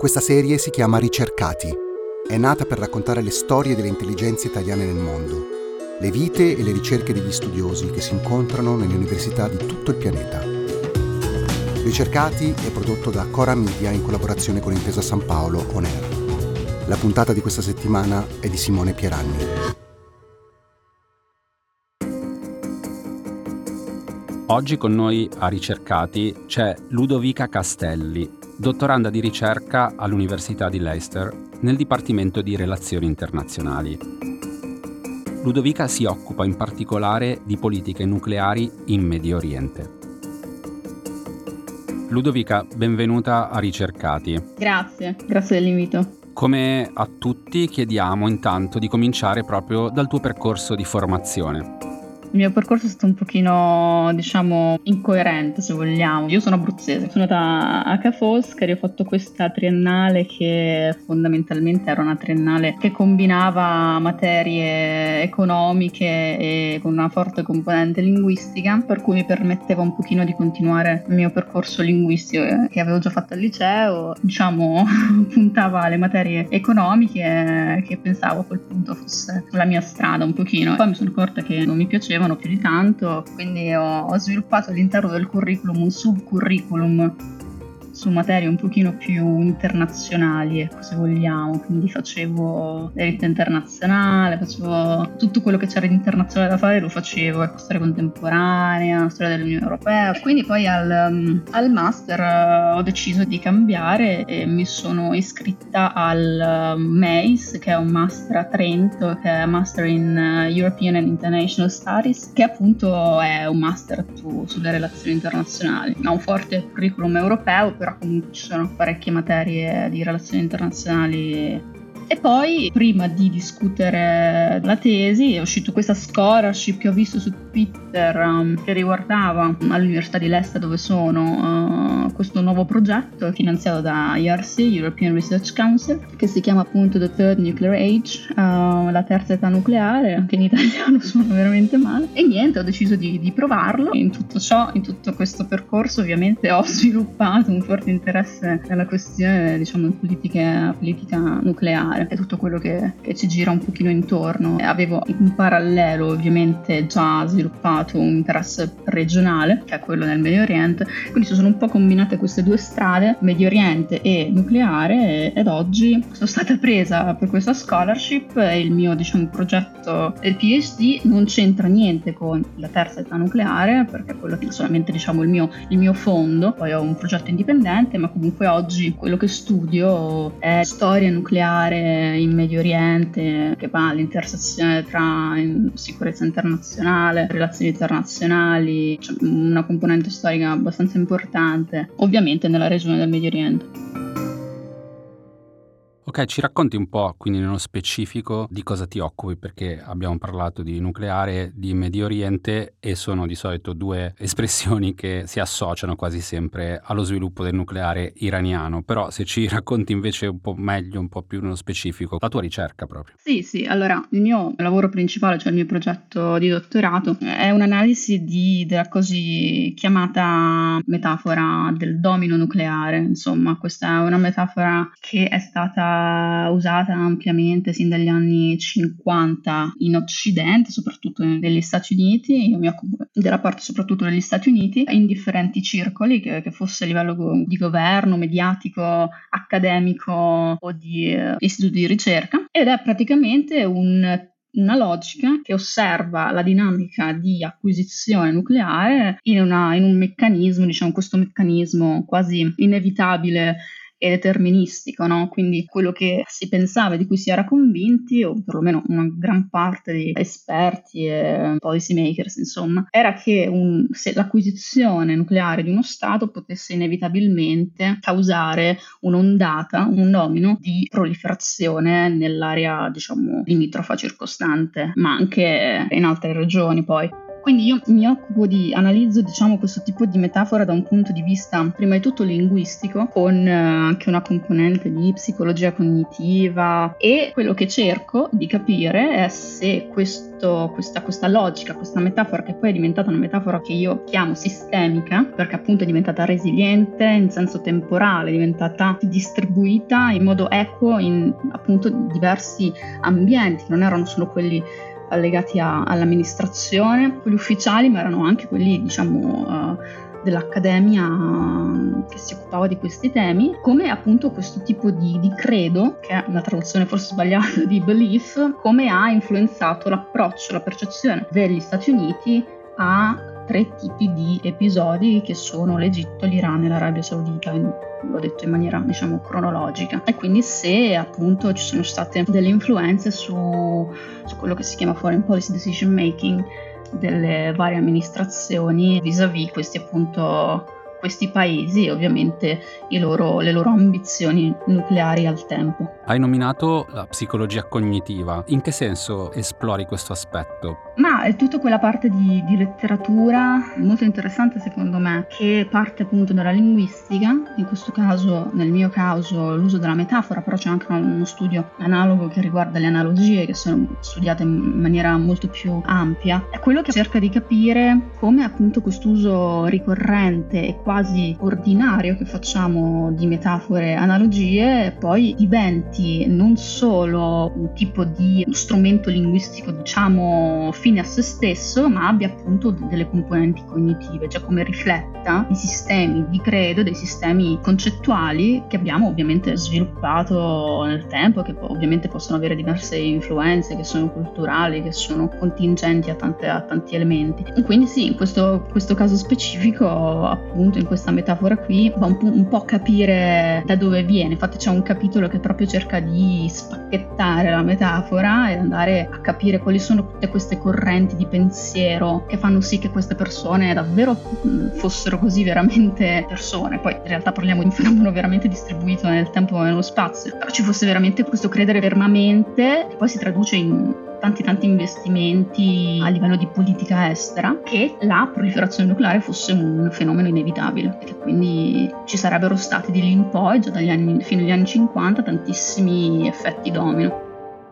Questa serie si chiama Ricercati. È nata per raccontare le storie delle intelligenze italiane nel mondo, le vite e le ricerche degli studiosi che si incontrano nelle università di tutto il pianeta. Ricercati è prodotto da Cora Media in collaborazione con Intesa San Paolo On Air. La puntata di questa settimana è di Simone Pieranni. Oggi con noi a Ricercati c'è Ludovica Castelli, dottoranda di ricerca all'Università di Leicester nel Dipartimento di Relazioni Internazionali. Ludovica si occupa in particolare di politiche nucleari in Medio Oriente. Ludovica, benvenuta a Ricercati. Grazie dell'invito. Come a tutti chiediamo intanto di cominciare proprio dal tuo percorso di formazione. Il mio percorso è stato un pochino, incoerente, se vogliamo. Io sono abruzzese, sono andata a Ca' Foscari, ho fatto questa triennale che fondamentalmente era una triennale che combinava materie economiche e con una forte componente linguistica, per cui mi permetteva un pochino di continuare il mio percorso linguistico che avevo già fatto al liceo. Puntava alle materie economiche che pensavo a quel punto fosse la mia strada un pochino. Poi mi sono accorta che non mi piaceva più di tanto, quindi ho sviluppato all'interno del curriculum un subcurriculum su materie un pochino più internazionali, se vogliamo. Quindi facevo diritto internazionale, facevo tutto quello che c'era di internazionale da fare, lo facevo, storia contemporanea, storia dell'Unione Europea. Quindi poi al master ho deciso di cambiare e mi sono iscritta al MAIS, che è un master a Trento, che è Master in European and International Studies, che appunto è un master sulle relazioni internazionali. Ha un forte curriculum europeo, però comunque ci sono parecchie materie di relazioni internazionali. E poi, prima di discutere la tesi, è uscita questa scholarship che ho visto su Twitter che riguardava all'Università di Leicester, dove sono, questo nuovo progetto finanziato da ERC, European Research Council, che si chiama appunto The Third Nuclear Age, la terza età nucleare, che in italiano suona veramente male. E niente, ho deciso di provarlo. In tutto ciò, in tutto questo percorso, ovviamente ho sviluppato un forte interesse nella questione, politica nucleare e tutto quello che ci gira un pochino intorno. Avevo in parallelo ovviamente già sviluppato un interesse regionale, che è quello nel Medio Oriente, quindi si sono un po' combinate queste due strade, Medio Oriente e nucleare, ed oggi sono stata presa per questa scholarship. Il mio progetto del PhD non c'entra niente con la terza età nucleare, perché quello è solamente il mio fondo. Poi ho un progetto indipendente, ma comunque oggi quello che studio è storia nucleare in Medio Oriente, che va all'intersezione tra sicurezza internazionale, relazioni internazionali, una componente storica abbastanza importante, ovviamente nella regione del Medio Oriente. Ok, ci racconti un po', quindi nello specifico, di cosa ti occupi, perché abbiamo parlato di nucleare, di Medio Oriente, e sono di solito due espressioni che si associano quasi sempre allo sviluppo del nucleare iraniano. Però se ci racconti invece un po' meglio, un po' più nello specifico, la tua ricerca proprio. Sì, allora il mio lavoro principale, cioè il mio progetto di dottorato, è un'analisi della così chiamata metafora del domino nucleare. Insomma, questa è una metafora che è stata usata ampiamente sin dagli anni 50 in Occidente, soprattutto negli Stati Uniti. Io mi occupo della parte soprattutto degli Stati Uniti, in differenti circoli, che fosse a livello di governo, mediatico, accademico o di istituti di ricerca, ed è praticamente una logica che osserva la dinamica di acquisizione nucleare in un meccanismo, questo meccanismo quasi inevitabile e deterministico, no? Quindi quello che si pensava, di cui si era convinti, o perlomeno una gran parte di esperti e policy makers, insomma, era che se l'acquisizione nucleare di uno Stato potesse inevitabilmente causare un'ondata, un domino di proliferazione nell'area, limitrofa circostante, ma anche in altre regioni poi. Quindi io mi occupo analizzo questo tipo di metafora da un punto di vista prima di tutto linguistico, con anche una componente di psicologia cognitiva, e quello che cerco di capire è se questa logica, questa metafora, che poi è diventata una metafora che io chiamo sistemica, perché appunto è diventata resiliente in senso temporale, è diventata distribuita in modo equo in appunto diversi ambienti, che non erano solo quelli legati all'amministrazione, quelli ufficiali, ma erano anche quelli dell'accademia che si occupava di questi temi, come appunto questo tipo di credo, che è una traduzione forse sbagliata di belief, come ha influenzato l'approccio, la percezione degli Stati Uniti a 3 tipi di episodi, che sono l'Egitto, l'Iran e l'Arabia Saudita. L'ho detto in maniera cronologica, e quindi se appunto ci sono state delle influenze su quello che si chiama foreign policy decision making delle varie amministrazioni vis-à-vis questi paesi, e ovviamente le loro ambizioni nucleari al tempo. Hai nominato la psicologia cognitiva. In che senso esplori questo aspetto? Ma è tutta quella parte di letteratura molto interessante secondo me, che parte appunto dalla linguistica, in questo caso, nel mio caso, l'uso della metafora, però c'è anche uno studio analogo che riguarda le analogie, che sono studiate in maniera molto più ampia. È quello che cerca di capire come appunto quest'uso ricorrente e quasi ordinario che facciamo di metafore, analogie, poi diventi non solo un tipo di strumento linguistico fine a se stesso, ma abbia appunto delle componenti cognitive, cioè come rifletta i sistemi di credo, dei sistemi concettuali che abbiamo ovviamente sviluppato nel tempo, che ovviamente possono avere diverse influenze, che sono culturali, che sono contingenti a tanti elementi. E quindi sì, in questo caso specifico, appunto in questa metafora qui, va un po' capire da dove viene. Infatti c'è un capitolo che proprio cerca di spacchettare la metafora e andare a capire quali sono tutte queste correnti di pensiero che fanno sì che queste persone davvero fossero così veramente persone. Poi in realtà parliamo di un fenomeno veramente distribuito nel tempo e nello spazio, però ci fosse veramente questo credere fermamente, che poi si traduce in tanti investimenti a livello di politica estera, che la proliferazione nucleare fosse un fenomeno inevitabile, e che quindi ci sarebbero stati di lì in poi, già fino agli anni 50, tantissimi effetti domino.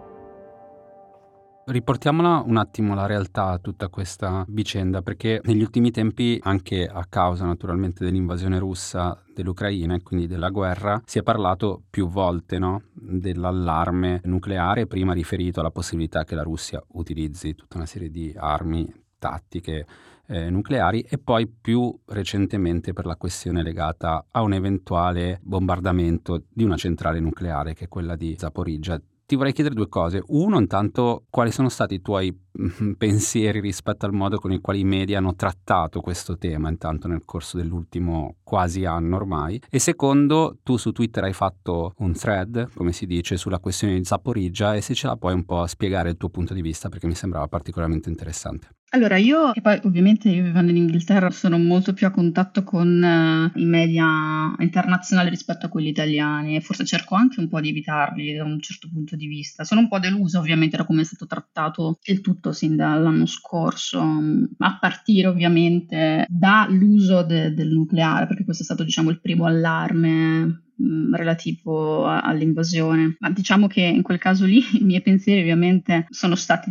Riportiamola un attimo alla realtà, tutta questa vicenda, perché negli ultimi tempi, anche a causa naturalmente dell'invasione russa dell'Ucraina e quindi della guerra, si è parlato più volte, no, dell'allarme nucleare, prima riferito alla possibilità che la Russia utilizzi tutta una serie di armi tattiche nucleari, e poi più recentemente per la questione legata a un eventuale bombardamento di una centrale nucleare, che è quella di Zaporizhzhia. Ti vorrei chiedere 2 cose. Uno, intanto, quali sono stati i tuoi pensieri rispetto al modo con il quale i media hanno trattato questo tema, intanto nel corso dell'ultimo quasi anno ormai? E secondo, tu su Twitter hai fatto un thread, come si dice, sulla questione di Zaporizhzhia, e se ce la puoi un po' spiegare il tuo punto di vista, perché mi sembrava particolarmente interessante. Allora, io, che poi ovviamente io vivendo in Inghilterra sono molto più a contatto con i media internazionali rispetto a quelli italiani, e forse cerco anche un po' di evitarli da un certo punto di vista. Sono un po' delusa ovviamente da come è stato trattato il tutto sin dall'anno scorso, a partire ovviamente dall'uso del nucleare, perché questo è stato il primo allarme relativo all'invasione. Ma diciamo che in quel caso lì i miei pensieri ovviamente sono stati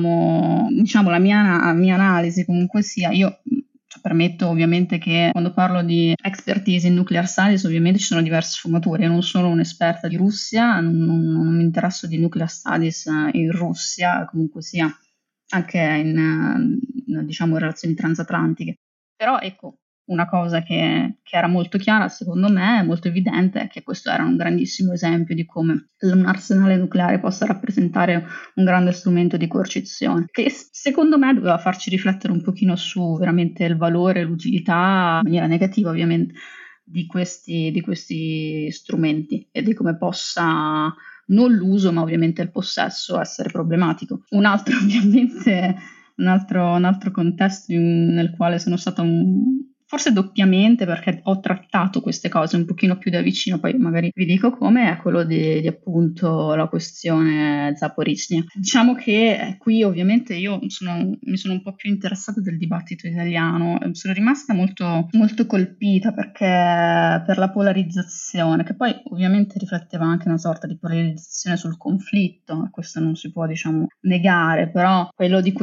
la mia analisi comunque sia. Io permetto ovviamente che quando parlo di expertise in nuclear studies ovviamente ci sono diverse sfumature. Io non sono un'esperta di Russia, non mi interesso di nuclear studies in Russia, comunque sia anche in relazioni transatlantiche. Però ecco, una cosa che era molto chiara, secondo me, molto evidente, è che questo era un grandissimo esempio di come un arsenale nucleare possa rappresentare un grande strumento di coercizione, che secondo me doveva farci riflettere un pochino su veramente il valore, l'utilità, in maniera negativa ovviamente, di questi strumenti, e di come possa non l'uso, ma ovviamente il possesso essere problematico. Un altro ovviamente, un altro contesto nel quale sono stata forse doppiamente, perché ho trattato queste cose un pochino più da vicino, poi magari vi dico come, è quello di appunto la questione Zaporizhzhia. Diciamo che qui ovviamente io mi sono un po' più interessata del dibattito italiano, sono rimasta molto, molto colpita perché per la polarizzazione, che poi ovviamente rifletteva anche una sorta di polarizzazione sul conflitto, questo non si può negare, però quello di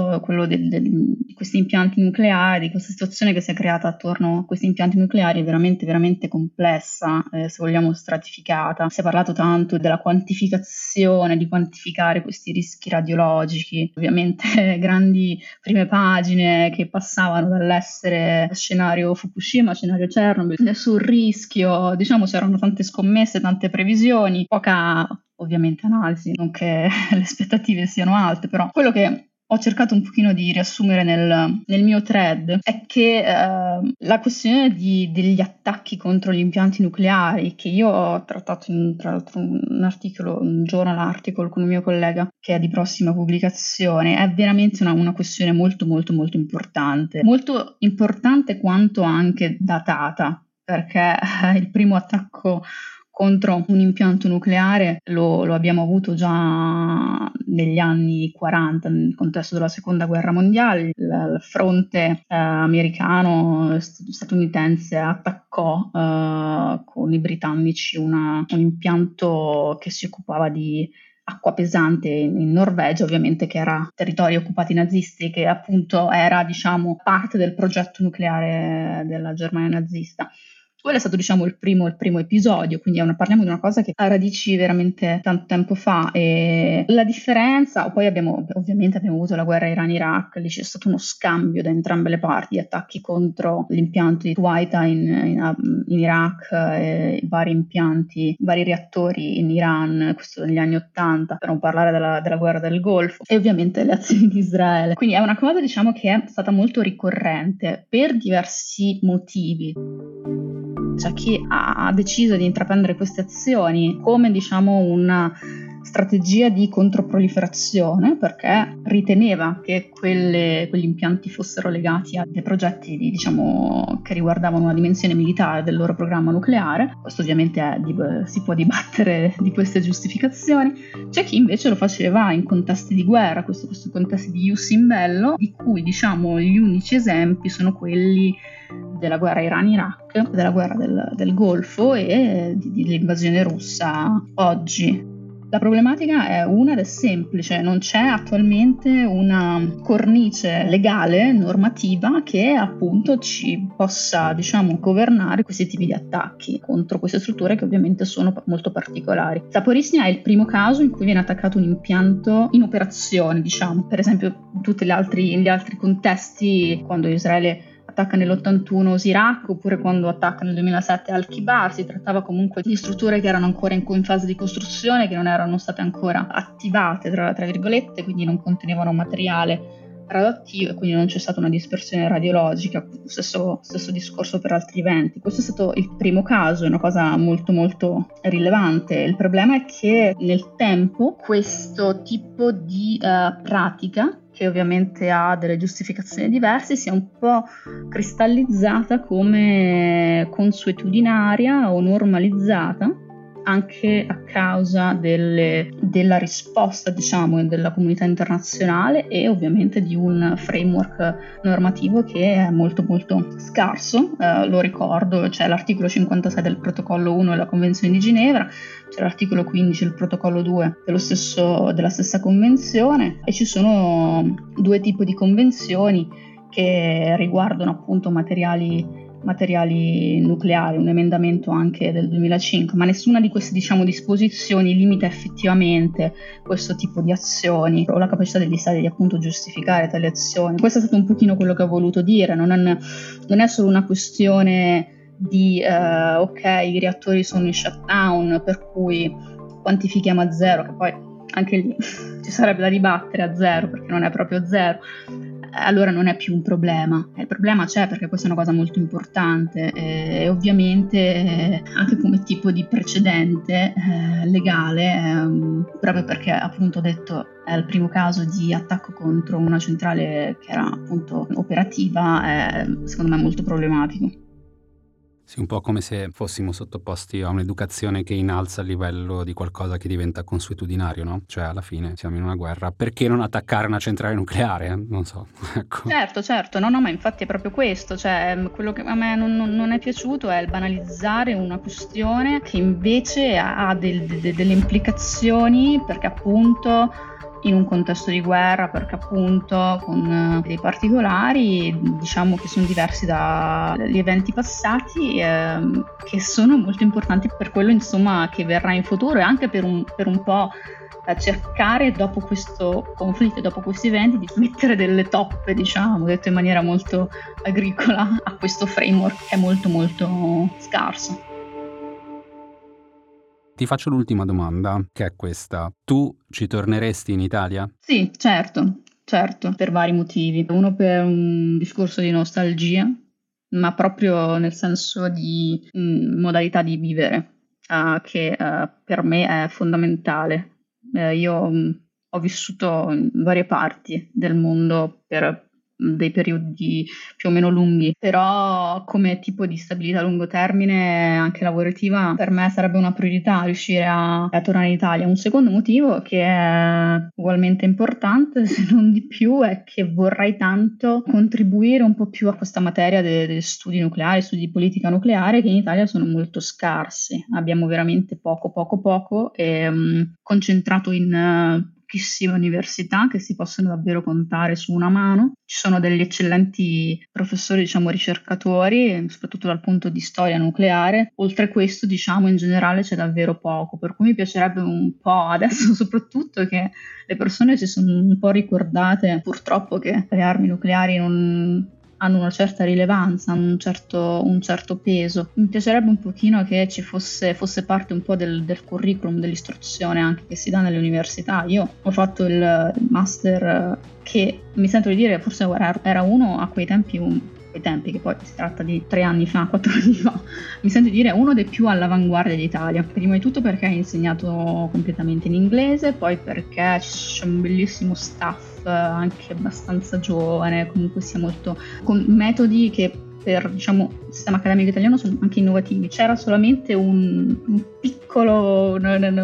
questi impianti nucleari, di questa situazione che si è creata attorno a questi impianti nucleari è veramente, veramente complessa, se vogliamo stratificata. Si è parlato tanto della quantificazione, di quantificare questi rischi radiologici, ovviamente grandi prime pagine che passavano dall'essere scenario Fukushima, scenario Chernobyl, sul rischio, c'erano tante scommesse, tante previsioni, poca ovviamente analisi, non che le aspettative siano alte, però quello che ho cercato un pochino di riassumere nel mio thread è che la questione degli attacchi contro gli impianti nucleari, che io ho trattato tra l'altro un journal article con un mio collega che è di prossima pubblicazione, è veramente una questione molto molto molto importante quanto anche datata, perché il primo attacco contro un impianto nucleare lo abbiamo avuto già negli anni 40 nel contesto della seconda guerra mondiale. Il fronte americano statunitense attaccò con i britannici un impianto che si occupava di acqua pesante in Norvegia, ovviamente, che era territorio occupati nazisti, che appunto era parte del progetto nucleare della Germania nazista. Quello è stato il primo episodio, quindi parliamo di una cosa che ha radici veramente tanto tempo fa, e la differenza, poi abbiamo avuto la guerra Iran-Iraq, lì c'è stato uno scambio da entrambe le parti, attacchi contro l'impianto di Tuwaitha in Iraq, vari impianti, vari reattori in Iran, questo negli anni '80, per non parlare della guerra del Golfo, e ovviamente le azioni di Israele. Quindi è una cosa che è stata molto ricorrente per diversi motivi. C'è chi ha deciso di intraprendere queste azioni come una strategia di controproliferazione, perché riteneva che quegli impianti fossero legati a dei progetti che riguardavano una dimensione militare del loro programma nucleare. Questo ovviamente si può dibattere di queste giustificazioni. C'è chi invece lo faceva in contesti di guerra, questo contesti di ius in bello, di cui gli unici esempi sono quelli della guerra Iran-Iraq, della guerra del Golfo e dell'invasione russa oggi. La problematica è una ed è semplice: non c'è attualmente una cornice legale, normativa, che appunto ci possa governare questi tipi di attacchi contro queste strutture, che ovviamente sono molto particolari. Zaporizhzhia è il primo caso in cui viene attaccato un impianto in operazione, per esempio in tutti gli altri contesti, quando Israele attacca nell'81 Iraq, oppure quando attacca nel 2007 Al-Kibar, si trattava comunque di strutture che erano ancora in fase di costruzione, che non erano state ancora attivate, tra virgolette, quindi non contenevano materiale radioattivo e quindi non c'è stata una dispersione radiologica. Stesso discorso per altri eventi. Questo è stato il primo caso, è una cosa molto molto rilevante. Il problema è che nel tempo questo tipo di pratica, che ovviamente ha delle giustificazioni diverse, si è un po' cristallizzata come consuetudinaria o normalizzata, anche a causa della risposta della comunità internazionale e ovviamente di un framework normativo che è molto molto scarso. Lo ricordo, c'è l'articolo 56 del protocollo 1 della Convenzione di Ginevra, c'è l'articolo 15 del protocollo 2 della stessa convenzione, e ci sono due tipi di convenzioni che riguardano appunto materiali nucleari, un emendamento anche del 2005, ma nessuna di queste disposizioni limita effettivamente questo tipo di azioni o la capacità degli stati di appunto giustificare tali azioni. Questo è stato un pochino quello che ho voluto dire. Non è solo una questione di i reattori sono in shutdown, per cui quantifichiamo a zero, che poi anche lì ci sarebbe da dibattere a zero, perché non è proprio zero. allora non è più un problema. Il problema c'è perché questa è una cosa molto importante e ovviamente anche come tipo di precedente legale, proprio perché appunto ho detto è il primo caso di attacco contro una centrale che era appunto operativa, è secondo me molto problematico. Sì, un po' come se fossimo sottoposti a un'educazione che innalza il livello di qualcosa che diventa consuetudinario, no? Cioè alla fine siamo in una guerra, perché non attaccare una centrale nucleare? Non so, ecco. Certo, no, ma infatti è proprio questo, cioè quello che a me non è piaciuto è il banalizzare una questione che invece ha delle implicazioni, perché appunto in un contesto di guerra, perché appunto con dei particolari diciamo che sono diversi dagli eventi passati, che sono molto importanti per quello insomma che verrà in futuro e anche per un po' cercare dopo questo conflitto, dopo questi eventi, di mettere delle toppe, diciamo, detto in maniera molto agricola, a questo framework che è molto molto scarso. Ti faccio l'ultima domanda, che è questa. Tu ci torneresti in Italia? Sì, certo, per vari motivi. Uno per un discorso di nostalgia, ma proprio nel senso di modalità di vivere, che per me è fondamentale. Io ho vissuto in varie parti del mondo per dei periodi più o meno lunghi, però come tipo di stabilità a lungo termine anche lavorativa per me sarebbe una priorità riuscire a tornare in Italia. Un secondo motivo che è ugualmente importante, se non di più, è che vorrei tanto contribuire un po' più a questa materia degli studi nucleari, studi di politica nucleare, che in Italia sono molto scarsi. Abbiamo veramente poco e concentrato in pochissime università che si possono davvero contare su una mano. Ci sono degli eccellenti professori, diciamo ricercatori, soprattutto dal punto di storia nucleare. Oltre a questo, diciamo, in generale c'è davvero poco, per cui mi piacerebbe un po' adesso soprattutto che le persone si sono un po' ricordate purtroppo che le armi nucleari non hanno una certa rilevanza, un certo peso. Mi piacerebbe un pochino che ci fosse parte un po' del curriculum, dell'istruzione anche che si dà nelle università. Io ho fatto il master che mi sento di dire forse era uno a quei tempi che poi si tratta di 4 anni fa, mi sento di dire uno dei più all'avanguardia d'Italia. Prima di tutto perché è insegnato completamente in inglese, poi perché c'è un bellissimo staff anche abbastanza giovane, comunque sia molto con metodi che per diciamo il sistema accademico italiano sono anche innovativi. C'era solamente un piccolo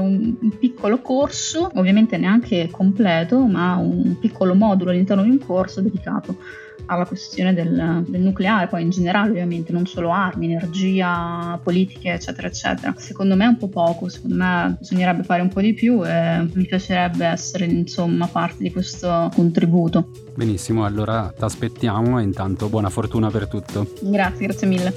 corso, ovviamente neanche completo, ma un piccolo modulo all'interno di un corso dedicato alla questione del nucleare, poi in generale ovviamente non solo armi, energia, politiche eccetera eccetera. Secondo me è un po' poco, secondo me bisognerebbe fare un po' di più e mi piacerebbe essere insomma parte di questo contributo. Benissimo, allora ti aspettiamo e intanto buona fortuna per tutto. Grazie mille.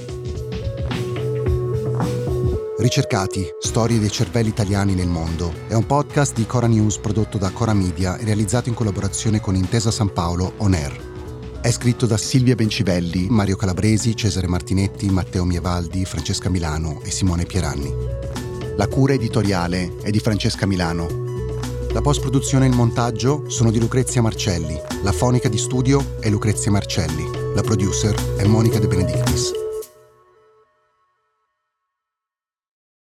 Ricercati, storie dei cervelli italiani nel mondo è un podcast di Cora News prodotto da Cora Media e realizzato in collaborazione con Intesa San Paolo On Air. È scritto da Silvia Bencivelli, Mario Calabresi, Cesare Martinetti, Matteo Mievaldi, Francesca Milano e Simone Pieranni. La cura editoriale è di Francesca Milano. La post-produzione e il montaggio sono di Lucrezia Marcelli. La fonica di studio è Lucrezia Marcelli. La producer è Monica De Benedictis.